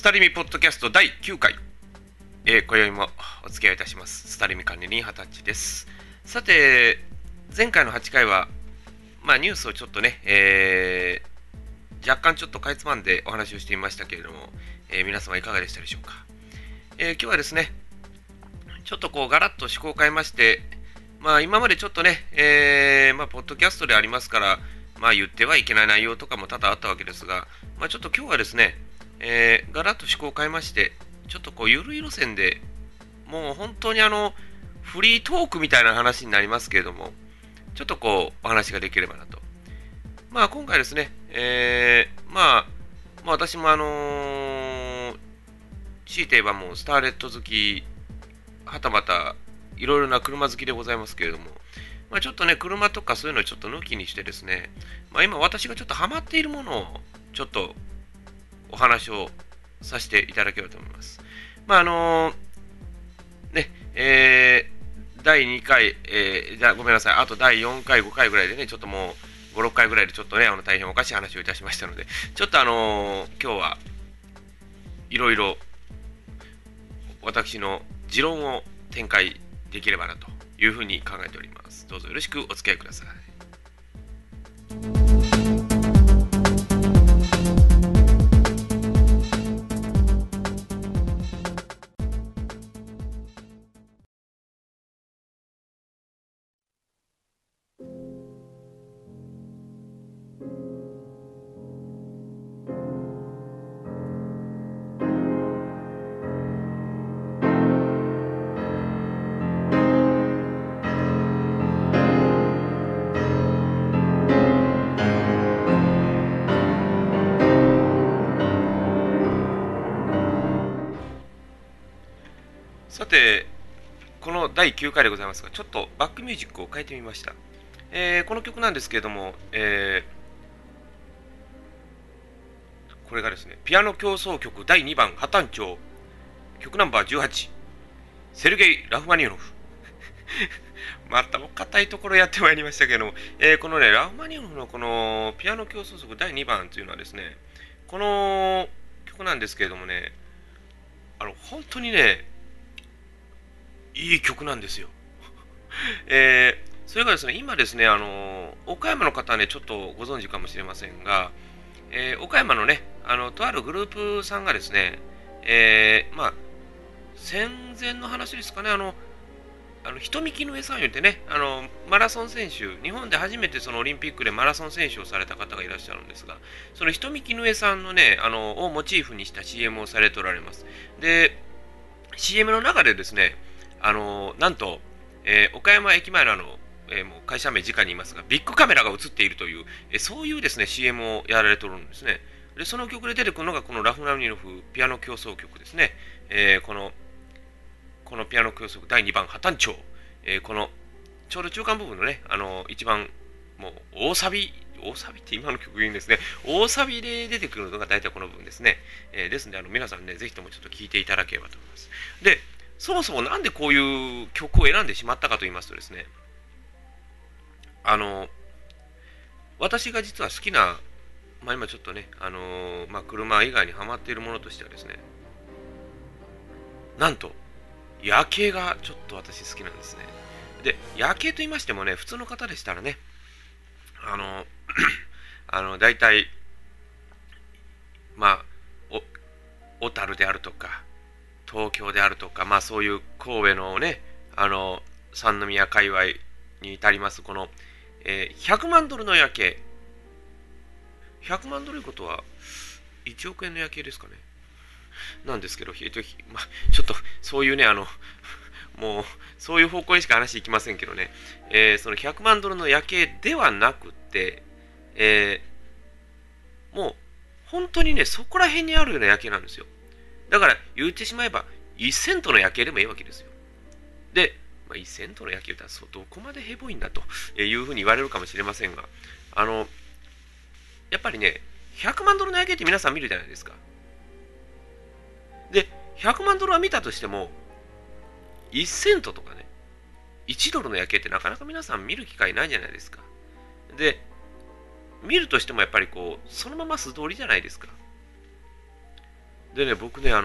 スタリミポッドキャスト第9回、今宵もお付き合いいたします。スタリミ管理人はたちです。さて、前回の8回は、ニュースをちょっとね、若干ちょっとかいつまんでお話をしていましたけれども、皆様いかがでしたでしょうか。今日はですね、ちょっとこうガラッと趣向を変えまして、今までちょっとね、ポッドキャストでありますから、言ってはいけない内容とかも多々あったわけですが、ちょっと今日はですね、ガラッと趣向を変えまして、ちょっとこうゆるい路線で、もう本当にフリートークみたいな話になりますけれども、ちょっとこうお話ができればなと。今回ですね、私も強いて言えばもうスターレット好き、はたまたいろいろな車好きでございますけれども、ちょっとね、車とかそういうのをちょっと抜きにしてですね、今私がちょっとハマっているものをちょっとお話をさせていただければと思います。第2回、ごめんなさい、あと第4回、5回ぐらいでね、ちょっともう5、6回ぐらいでちょっとね、大変おかしい話をいたしましたので、ちょっと今日はいろいろ私の持論を展開できればなというふうに考えております。どうぞよろしくお付き合いください。さて、この第9回でございますが、ちょっとバックミュージックを変えてみました。この曲なんですけれども、これがですね、ピアノ協奏曲第2番、破綻調、曲ナンバー18、セルゲイ・ラフマニノフ。またお堅いところやってまいりましたけれども、このね、ラフマニノフのこのピアノ協奏曲第2番というのはですね、この曲なんですけれどもね、本当にね、いい曲なんですよ。それがですね、今ですね、岡山の方はね、ちょっとご存知かもしれませんが、岡山のね、とあるグループさんがですね、戦前の話ですかね、人見絹枝さん言ってね、マラソン選手、日本で初めてそのオリンピックでマラソン選手をされた方がいらっしゃるんですが、その人見絹枝さんのね、をモチーフにした CM をされておられます。で、CM の中でですね、なんと、岡山駅前のもう会社名直に言いますが、ビッグカメラが映っているという、そういうですね、CM をやられておるんですね。で、その曲で出てくるのが、このラフマニノフピアノ協奏曲ですね。このピアノ協奏曲第2番、破綻調。この、ちょうど中間部分のね、一番、もう、大サビって今の曲言うんですね。大サビで出てくるのが大体この部分ですね。ですので、皆さんね、ぜひともちょっと聴いていただければと思います。で、そもそもなんでこういう曲を選んでしまったかと言いますとですね、私が実は好きな、今ちょっとね、車以外にハマっているものとしてはですね、なんと、夜景がちょっと私好きなんですね。で、夜景と言いましてもね、普通の方でしたらね、大体、まあ、小樽であるとか、東京であるとか、そういう神戸のね、三宮界隈に至ります、この、100万ドルの夜景。100万ドルいうことは、1億円の夜景ですかね。なんですけど、ちょっと、そういうね、もう、そういう方向にしか話いきませんけどね、その100万ドルの夜景ではなくて、もう、本当にね、そこら辺にあるような夜景なんですよ。だから、言ってしまえば、1セントの夜景でもいいわけですよ。で、1セントの夜景だと、どこまでヘボいんだというふうに言われるかもしれませんが、やっぱりね、100万ドルの夜景って皆さん見るじゃないですか。で、100万ドルは見たとしても、1セントとかね、1ドルの夜景ってなかなか皆さん見る機会ないじゃないですか。で、見るとしてもやっぱりこう、そのまま素通りじゃないですか。 でね、僕ね、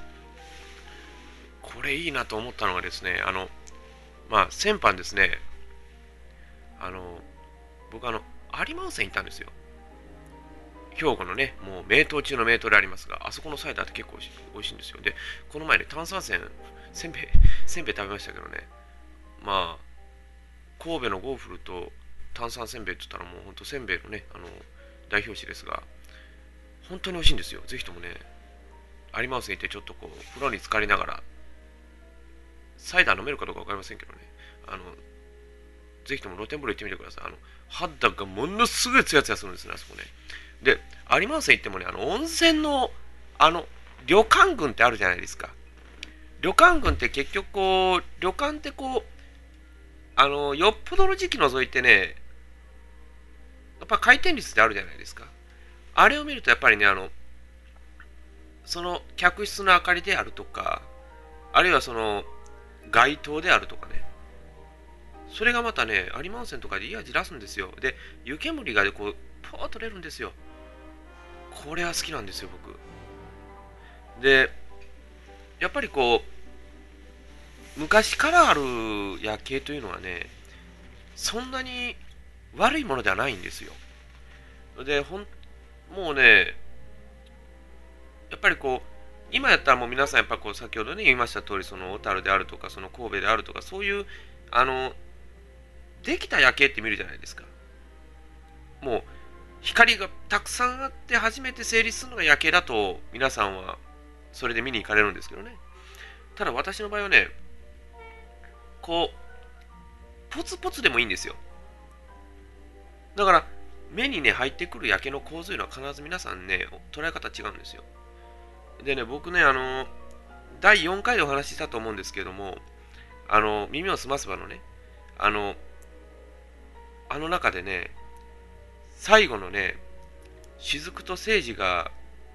これいいなと思ったのがですね、先般ですね、あの、僕有馬温泉行ったんですよ。兵庫のね、もう名湯中の名湯でありますが、あそこのサイダーって結構美味しいんですよ。で、この前ね、炭酸泉、せんべい食べましたけどね、まあ、神戸のゴーフルと炭酸せんべいって言ったらもうほんとせんべいのね、代表紙ですが、本当に美味しいんですよ。ぜひともね、有馬温泉行ってちょっとこう、風呂に浸かりながら、サイダー飲めるかどうかわかりませんけどね、あの、ぜひとも露天風呂行ってみてください。肌がものすごいツヤツヤするんですね、あそこね。で、有馬温泉行ってもね、温泉の、あの、旅館群ってあるじゃないですか。旅館群って結局こう、旅館ってこう、よっぽどの時期除いてね、やっぱ回転率ってあるじゃないですか。あれを見るとやっぱりね、その客室の明かりであるとか、あるいはその街灯であるとかね、それがまたね、有馬温泉とかでいい味出すんですよ。で、湯煙がこう、ポーッと出るんですよ。これは好きなんですよ、僕。で、やっぱりこう、昔からある夜景というのはね、そんなに悪いものではないんですよ。で、もうね、やっぱりこう、今やったらもう皆さんやっぱこう、先ほどね、言いました通り、その小樽であるとか、その神戸であるとか、そういう、あの、できた夜景って見るじゃないですか。もう、光がたくさんあって初めて成立するのが夜景だと、皆さんはそれで見に行かれるんですけどね。ただ私の場合はね、こう、ポツポツでもいいんですよ。だから、目にね、入ってくる夜景の構図というのは必ず皆さんね、捉え方違うんですよ。でね、僕ね、第4回でお話ししたと思うんですけれども、耳をすませばのね、あの、あの中でね、最後のね、雫と聖司が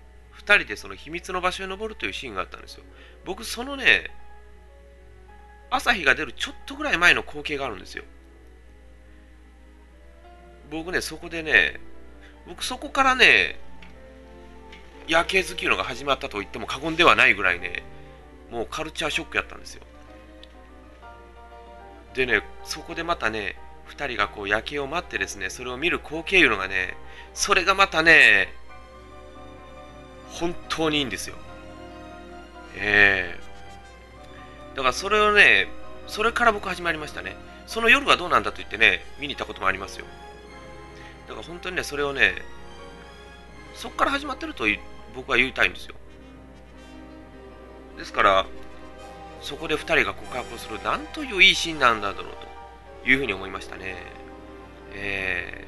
2人でその秘密の場所に登るというシーンがあったんですよ。僕、そのね、朝日が出るちょっとぐらい前の光景があるんですよ。僕ね、そこでね、僕そこからね、夜景好きのが始まったと言っても過言ではないぐらいね、もうカルチャーショックやったんですよ。でね、そこでまたね、2人がこう夜景を待ってですね、それを見る光景いうのがね、それがまたね、本当にいいんですよ。えだからそれをね、それから僕始まりましたね。その夜はどうなんだと言ってね、見に行ったこともありますよ。だから本当にね、それをね、そこから始まってると僕は言いたいんですよ。ですから、そこで2人が告白をする、なんといういいシーンなんだろうというふうに思いましたね。え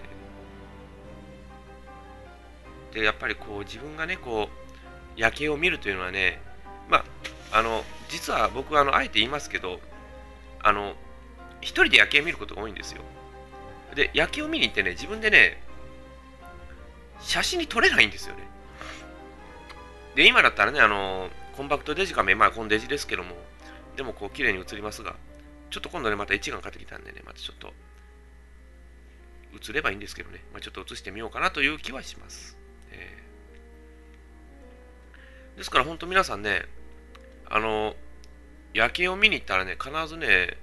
で、やっぱりこう自分がね、こう夜景を見るというのはね、ま実は僕はあえて言いますけど、あの、一人で夜景を見ることが多いんですよ。で、夜景を見に行ってね、自分でね、写真に撮れないんですよね。で、今だったらね、コンパクトデジカメ、まあ、このデジですけども、でもこう、綺麗に映りますが、ちょっと今度ね、また一眼買ってきたんでね、またちょっと、映ればいいんですけどね、まあ、ちょっと映してみようかなという気はします。ですから、本当皆さんね、あの、夜景を見に行ったらね、必ずね、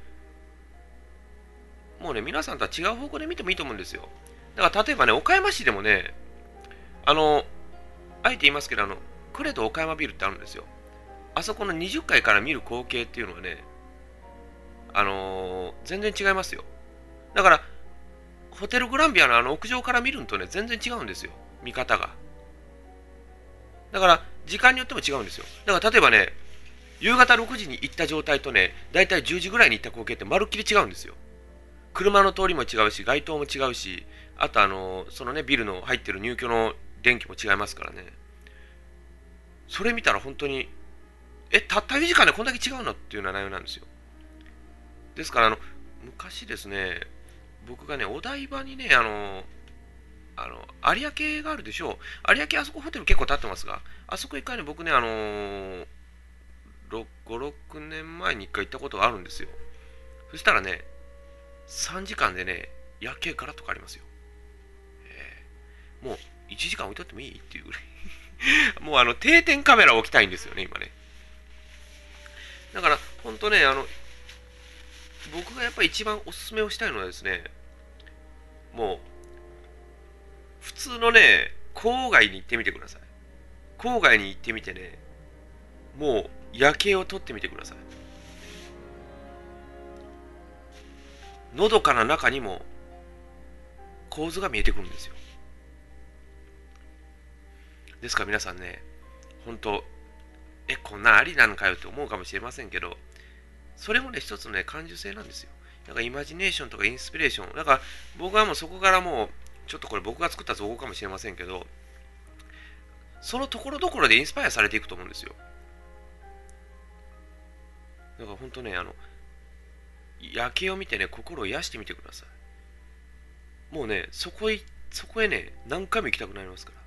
もうね、皆さんとは違う方向で見てもいいと思うんですよ。だから、例えばね、岡山市でもね、あの、あえて言いますけど、呉と岡山ビルってあるんですよ。あそこの20階から見る光景っていうのはね、全然違いますよ。だから、ホテルグランビアの屋上から見るのとね、全然違うんですよ。見方が。だから、時間によっても違うんですよ。だから、例えばね、夕方6時に行った状態とね、だいたい10時ぐらいに行った光景ってまるっきり違うんですよ。車の通りも違うし、街灯も違うし、あとそのね、ビルの入ってる入居の電気も違いますからね。それ見たら本当に、たった4時間でこんだけ違うのっていうような内容なんですよ。ですから昔ですね、僕がね、お台場にね、有明があるでしょう。有明あそこホテル結構建ってますが、あそこ一回ね、僕ね、5、6年前に一回行ったことがあるんですよ。そしたらね、3時間でね、夜景からとかありますよ。もう1時間置いとってもいいっていうぐらい。 もう定点カメラを置きたいんですよね、今ね。だから、本当ね、僕がやっぱり一番おすすめをしたいのはですね、もう、普通のね、郊外に行ってみてください。郊外に行ってみてね、もう夜景を撮ってみてください。のどかな中にも構図が見えてくるんですよ。ですから皆さんね、本当こんなありなのかよって思うかもしれませんけど、それもね、一つのね、感受性なんですよ。なんかイマジネーションとかインスピレーション。だから僕はもうそこからもう、ちょっとこれ僕が作った造語かもしれませんけど、そのところどころでインスパイアされていくと思うんですよ。だから本当ね、夜景を見てね、心を癒してみてください。もうね、そこへね、何回も行きたくなりますから。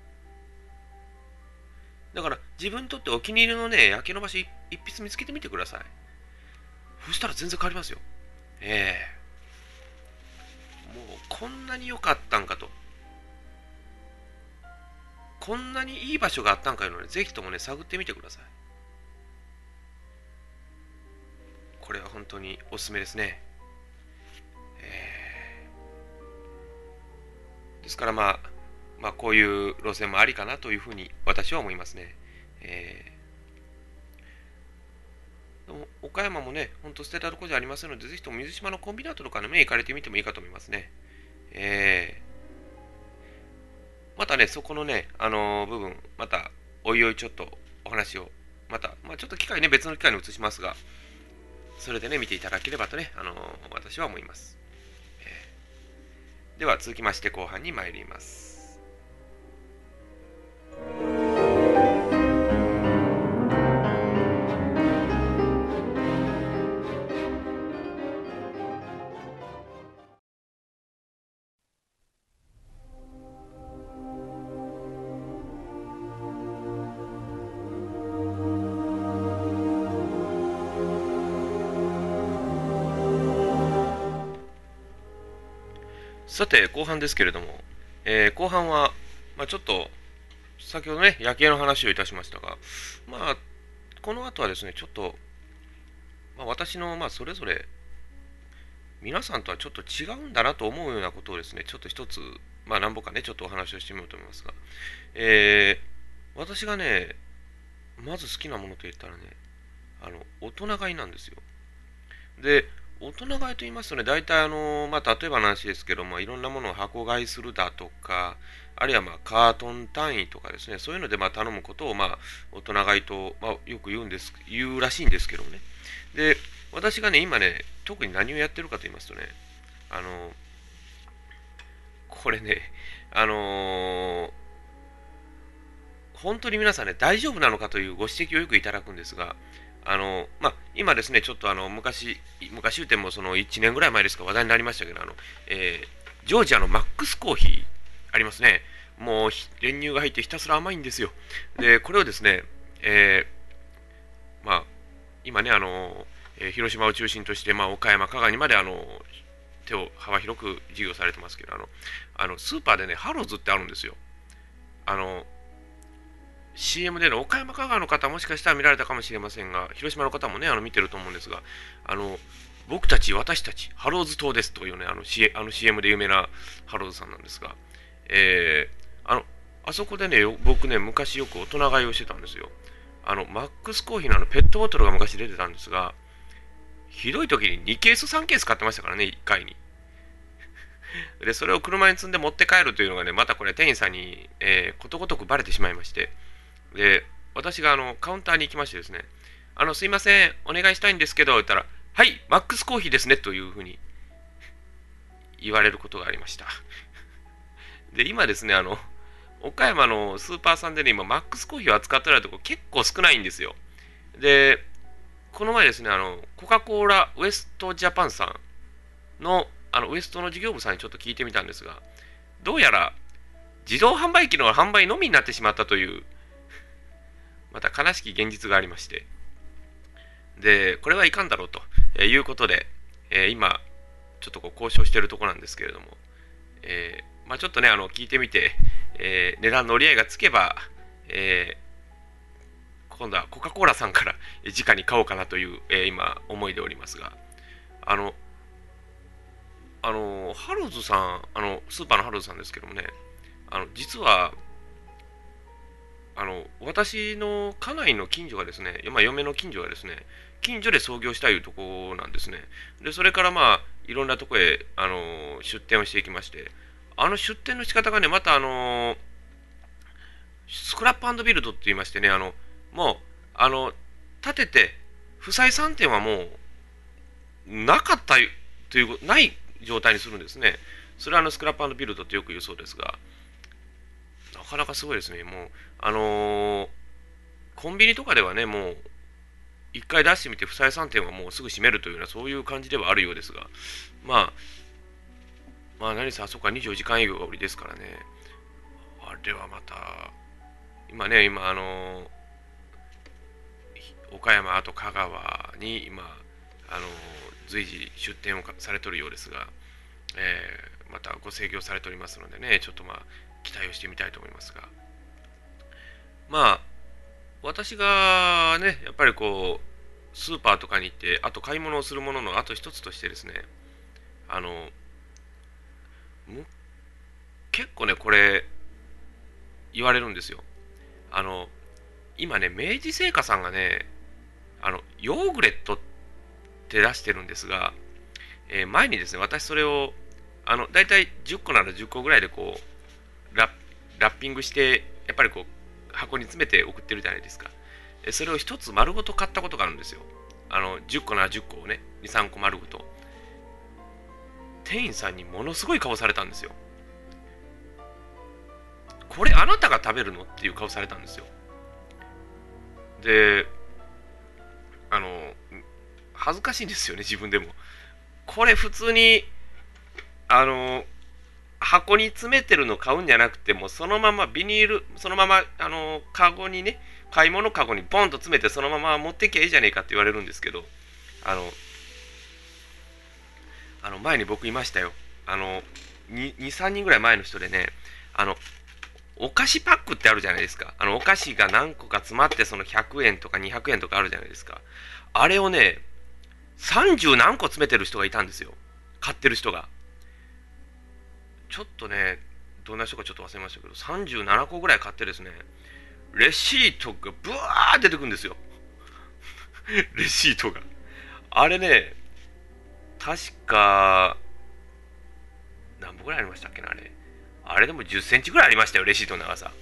だから自分にとってお気に入りのね、夜景の場所一筆見つけてみてください。そしたら全然変わりますよ。えもうこんなに良かったんかと。こんなにいい場所があったんかいうので、ぜひともね、探ってみてください。これは本当におすすめですね。ですからまあこういう路線もありかなというふうに私は思いますね。でも岡山もね、ほんと捨てたところじゃありませんので、ぜひとも水島のコンビナートとかの目行かれてみてもいいかと思いますね。またね、そこのね、部分、またおいおいちょっとお話を、まあ、ちょっと機会ね、別の機会に移しますが、それでね、見ていただければとね、私は思います。では続きまして後半に参ります。さて、後半ですけれども、後半は、まあ、ちょっと、先ほどね、夜景の話をいたしましたが、まあ、この後はですね、ちょっと、まあ、私の、まあ、それぞれ、皆さんとはちょっと違うんだなと思うようなことをですね、ちょっと一つ、まあ、何ぼかね、ちょっとお話をしてみようと思いますが、私がね、まず好きなものといったらね、大人買いなんですよ。で、大人買いと言いますとね、大体まあ、例えばの話ですけども、いろんなものを箱買いするだとか、あるいはまあカートン単位とかですね、そういうのでまあ頼むことをまあ大人買いと、まあ、よく言うらしいんですけどもね。で、私がね、今ね、特に何をやってるかと言いますとね、あの、これね、あの本当に皆さんね、大丈夫なのかというご指摘をよくいただくんですが、まあ、今ですね、ちょっと昔言うてもその1年ぐらい前ですか話題になりましたけど、ジョージアのマックスコーヒーありますね。もう練乳が入ってひたすら甘いんですよ。で、これをですね、まあ、今ね、広島を中心として、まあ、岡山、香川にまで手を幅広く事業されてますけど、スーパーでね、ハローズってあるんですよ。あの、CM での岡山香川の方もしかしたら見られたかもしれませんが、広島の方もね、見てると思うんですが、あの、私たち、ハローズ島ですというね、CM で有名なハローズさんなんですが、あそこでね、僕ね、昔よく大人買いをしてたんですよ。マックスコーヒーのペットボトルが昔出てたんですが、ひどい時に2ケース3ケース買ってましたからね、1回に。で、それを車に積んで持って帰るというのがね、またこれ店員さんに、ことごとくバレてしまいまして、で、私がカウンターに行きましてですね、すいません、お願いしたいんですけど、言ったら、はい、マックスコーヒーですね、というふうに言われることがありました。で、今ですね、岡山のスーパーさんでね、今、マックスコーヒーを扱ってるところ結構少ないんですよ。で、この前ですね、コカ・コーラウエストジャパンさんの、ウエストの事業部さんにちょっと聞いてみたんですが、どうやら自動販売機の販売のみになってしまったというまた悲しき現実がありまして、で、これはいかんだろうということで、今、ちょっとこう交渉しているところなんですけれども、まあ、ちょっとね、聞いてみて、値段の折り合いがつけば、 今度はコカ・コーラさんから直に買おうかなという、今思いでおりますが、あの、ハルズさん、スーパーのハルズさんですけどもね、実は、私の家内の近所がですね、まあ、嫁の近所がですね、近所で創業したいうところなんですね。で、それからまあ、いろんなとこへ、出店をしていきまして、出店の仕方がね、またスクラップビルドって言いましてね、もう、建てて、不採算店はもう、なかったという、ない状態にするんですね。それはスクラップビルドってよく言うそうですが、なかなかすごいですね。もう、コンビニとかではね、もう、一回出してみて不採算店はもうすぐ閉めるというような、そういう感じではあるようですが、まあ、何せあそこは24時間営業が売りですからね、あれはまた、今、岡山、あと香川に今、随時出店をされておるようですが、またご制御されておりますのでね、ちょっと期待をしてみたいと思いますが、まあ、私がね、やっぱりこう、スーパーとかに行って、あと買い物をするもののあと一つとしてですね、あの、結構ね、これ、言われるんですよ。あの、今ね、明治製菓さんがね、ヨーグレットって出してるんですが、前にですね、私それを、だいたい10個なら10個ぐらいでこう、ラッピングして、やっぱりこう、箱に詰めて送ってるじゃないですか。それを一つ丸ごと買ったことがあるんですよ。10個なら10個をね、2、3個丸ごと。店員さんにものすごい顔されたんですよ。これあなたが食べるのっていう顔されたんですよ。で、あの、恥ずかしいんですよね、自分でも。これ普通に、あの、箱に詰めてるの買うんじゃなくても、そのままビニール、そのまま、カゴにね、買い物カゴにボンと詰めて、そのまま持ってきゃいいじゃねえかって言われるんですけど、あの、前に僕いましたよ。2、3人ぐらい前の人でね、あの、お菓子パックってあるじゃないですか。お菓子が何個か詰まって、その100円とか200円とかあるじゃないですか。あれをね、30何個詰めてる人がいたんですよ。買ってる人が。ちょっとね、どんな人かちょっと忘れましたけど、37個ぐらい買ってですね、レシートがブワー出てくるんですよ。レシートが。あれね、確か、何本ぐらいありましたっけな、あれ。あれでも10センチぐらいありましたよ、レシートの長さ。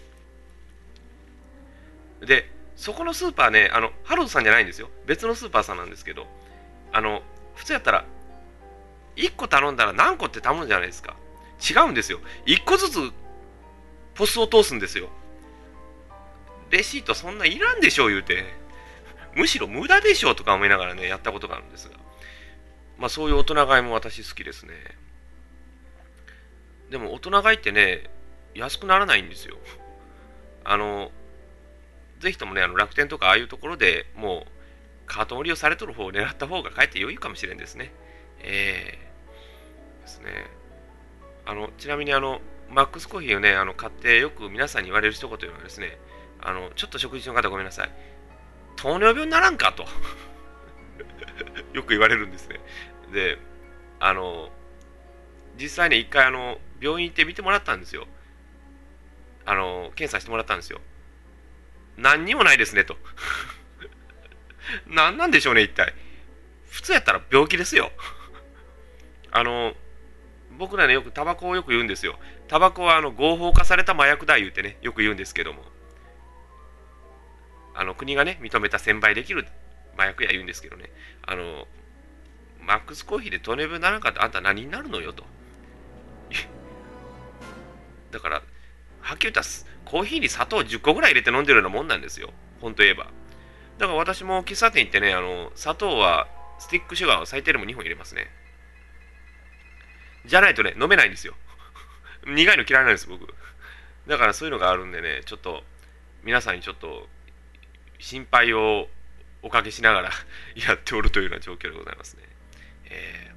で、そこのスーパーね、ハローズさんじゃないんですよ。別のスーパーさんなんですけど、普通やったら、1個頼んだら何個って頼むじゃないですか。違うんですよ。1個ずつポスを通すんですよ。レシートそんないらんでしょう言うて。むしろ無駄でしょうとか思いながらね、やったことがあるんですが。そういう大人買いも私好きですね。でも大人買いってね、安くならないんですよ。あの、ぜひともね、楽天とかああいうところでもうカート盛りをされとる方を狙った方がかえって良いかもしれんですね。ですね。ちなみにマックスコーヒーをね、買ってよく皆さんに言われる一言というのはですね、ちょっと食事の方ごめんなさい。糖尿病にならんかとよく言われるんですね。で、あの、実際ね、一回病院行って見てもらったんですよ。検査してもらったんですよ。何にもないですねと。何なんでしょうね、一体。普通やったら病気ですよ。あの、僕らね、よくタバコをよく言うんですよ。タバコは合法化された麻薬だ言うてね、よく言うんですけども。国がね、認めた1000倍できる麻薬や言うんですけどね。マックスコーヒーで糖尿病にならんかったらあんた何になるのよと。だから、はっきり言ったらコーヒーに砂糖10個ぐらい入れて飲んでるようなもんなんですよ。ほんと言えば。だから私も喫茶店行ってね、砂糖はスティックシュガーを最低でも2本入れますね。じゃないとね、飲めないんですよ。苦いの嫌いなんです、僕。だからそういうのがあるんでね、ちょっと、皆さんにちょっと、心配をおかけしながらやっておるというような状況でございますね。え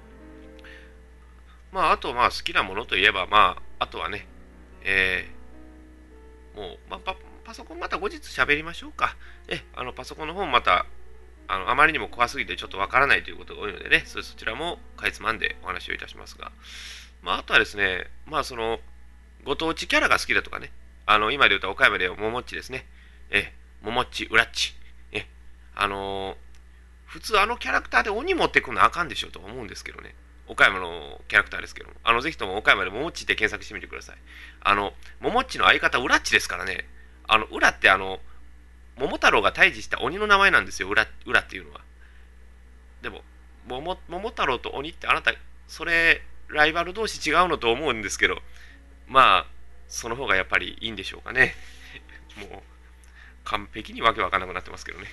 あと、好きなものといえば、あとはね、もう、パパソコンまた後日喋りましょうか。パソコンの方もまた、あまりにも怖すぎてちょっとわからないということが多いのでね、そちらもかいつまんでお話をいたしますが、あとはですね、ご当地キャラが好きだとかね、今で言うと岡山ではももっちですね。ももっち、うらっち。あのー普通キャラクターで鬼持ってくるのあかんでしょと思うんですけどね。岡山のキャラクターですけども。ぜひとも岡山でももっちって検索してみてください。ももっちの相方、うらっちですからね。うらって桃太郎が退治した鬼の名前なんですよ、うらっていうのは。でも、桃太郎と鬼ってあなた、それ、ライバル同士違うのと思うんですけど、その方がやっぱりいいんでしょうかね。もう、完璧にわけわかんなくなってますけどね。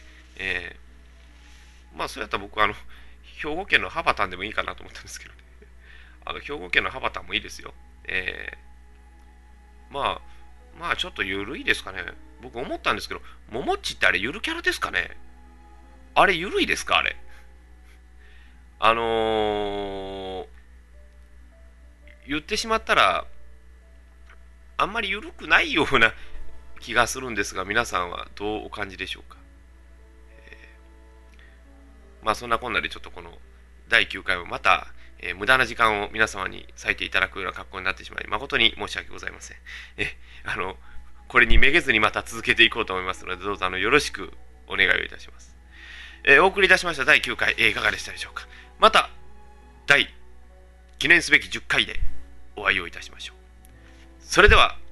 そうやったら僕は兵庫県のハバタンでもいいかなと思ったんですけどね。兵庫県のハバタンもいいですよ。ちょっとゆるいですかね。僕思ったんですけど、ももっちってあれゆるキャラですかね。あれゆるいですかあれ。言ってしまったら、あんまりゆるくないような気がするんですが、皆さんはどうお感じでしょうか。そんなこんなでちょっとこの第9回もまた、無駄な時間を皆様に割いていただくような格好になってしまい誠に申し訳ございません。これにめげずにまた続けていこうと思いますので、どうぞよろしくお願いをいたします。お送りいたしました第9回、いかがでしたでしょうか。また記念すべき10回でお会いをいたしましょう。それでは